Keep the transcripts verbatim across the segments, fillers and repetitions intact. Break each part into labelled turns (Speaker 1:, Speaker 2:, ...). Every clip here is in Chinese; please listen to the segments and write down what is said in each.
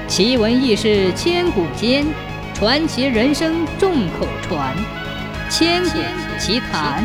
Speaker 1: 奇闻异事千古间，传奇人生众口传。千古奇谈。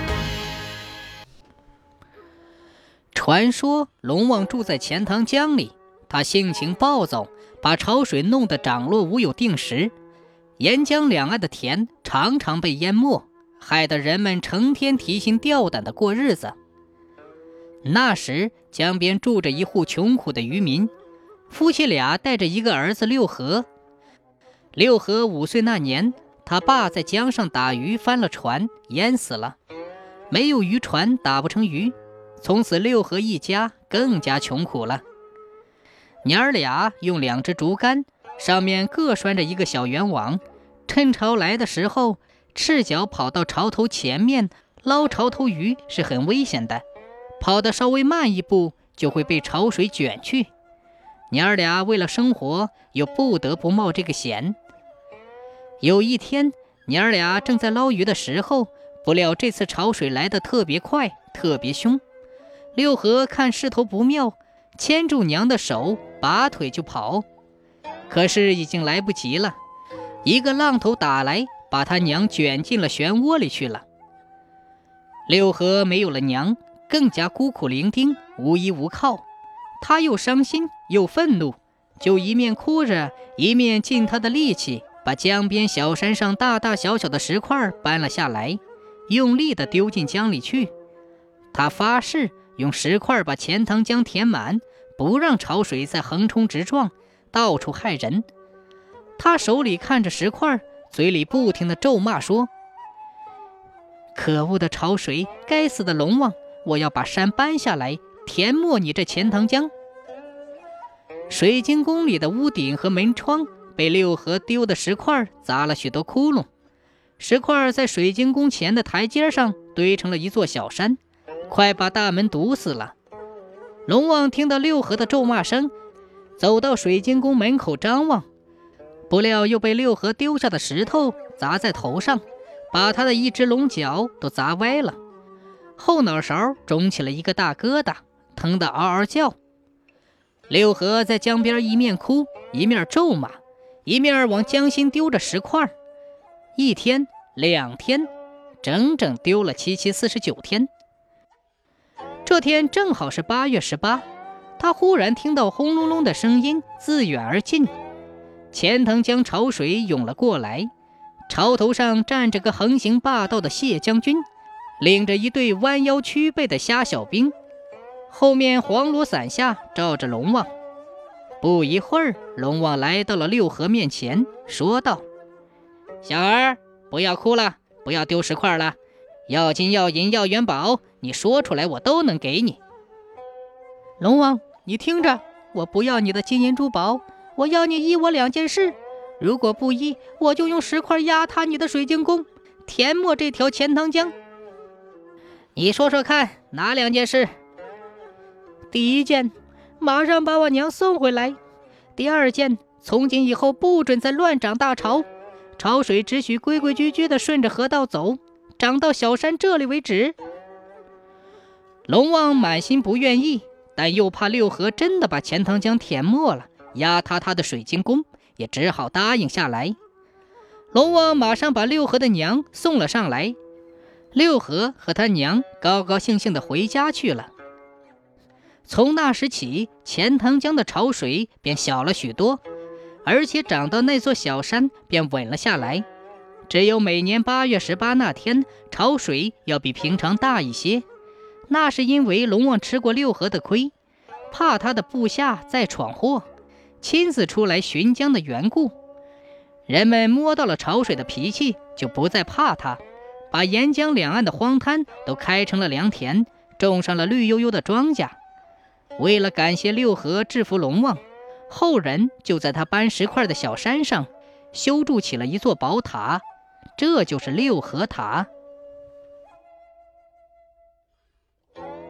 Speaker 1: 传说龙王住在钱塘江里，他性情暴躁，把潮水弄得涨落无有定时，沿江两岸的田常常被淹没，害得人们成天提心吊胆地过日子。那时江边住着一户穷苦的渔民，夫妻俩带着一个儿子六合。六合五岁那年，他爸在江上打鱼翻了船，淹死了，没有渔船打不成鱼，从此六合一家更加穷苦了。娘儿俩用两只竹竿，上面各拴着一个小圆网，趁潮来的时候，赤脚跑到潮头前面捞潮头鱼是很危险的，跑得稍微慢一步就会被潮水卷去。娘儿俩为了生活，又不得不冒这个险。有一天，娘儿俩正在捞鱼的时候，不料这次潮水来得特别快，特别凶。六合看势头不妙，牵住娘的手，拔腿就跑。可是已经来不及了，一个浪头打来，把他娘卷进了漩涡里去了。六合没有了娘，更加孤苦伶仃，无依无靠。他又伤心又愤怒，就一面哭着，一面尽他的力气，把江边小山上大大小小的石块搬了下来，用力地丢进江里去。他发誓用石块把钱塘江填满，不让潮水再横冲直撞，到处害人。他手里看着石块，嘴里不停地咒骂说：可恶的潮水，该死的龙王，我要把山搬下来，填没你这钱塘江。水晶宫里的屋顶和门窗被六合丢的石块砸了许多窟窿，石块在水晶宫前的台阶上堆成了一座小山，快把大门堵死了。龙王听到六合的咒骂声，走到水晶宫门口张望，不料又被六合丢下的石头砸在头上，把他的一只龙角都砸歪了，后脑勺肿起了一个大疙瘩，疼得嗷嗷叫。六合在江边一面哭，一面咒骂，一面往江心丢着石块。一天两天，整整丢了七七四十九天。这天正好是八月十八，他忽然听到轰隆隆的声音自远而近，钱塘江潮水涌了过来，潮头上站着个横行霸道的谢将军，领着一队弯腰屈背的虾小兵，后面黄罗伞下罩着龙王。不一会儿，龙王来到了六合面前，说道：小儿，不要哭了，不要丢石块了，要金要银要元宝，你说出来我都能给你。龙王，你听着，我不要你的金银珠宝，我要你依我两件事，如果不依，我就用石块压塌你的水晶宫，填没这条钱塘江。你说说看，哪两件事？第一件，马上把我娘送回来；第二件，从今以后不准再乱涨大潮，潮水只许规规矩矩地顺着河道走，涨到小山这里为止。龙王满心不愿意，但又怕六合真的把钱塘江填没了，压塌他的水晶宫，也只好答应下来。龙王马上把六合的娘送了上来，六合和他娘高高兴兴地回家去了。从那时起，钱塘江的潮水便小了许多，而且涨到那座小山便稳了下来。只有每年八月十八那天，潮水要比平常大一些，那是因为龙王吃过六合的亏，怕他的部下再闯祸，亲自出来巡江的缘故。人们摸到了潮水的脾气，就不再怕他，把沿江两岸的荒滩都开成了良田，种上了绿油油的庄稼。为了感谢六合制服龙王，后人就在他搬石块的小山上修筑起了一座宝塔，这就是六合塔。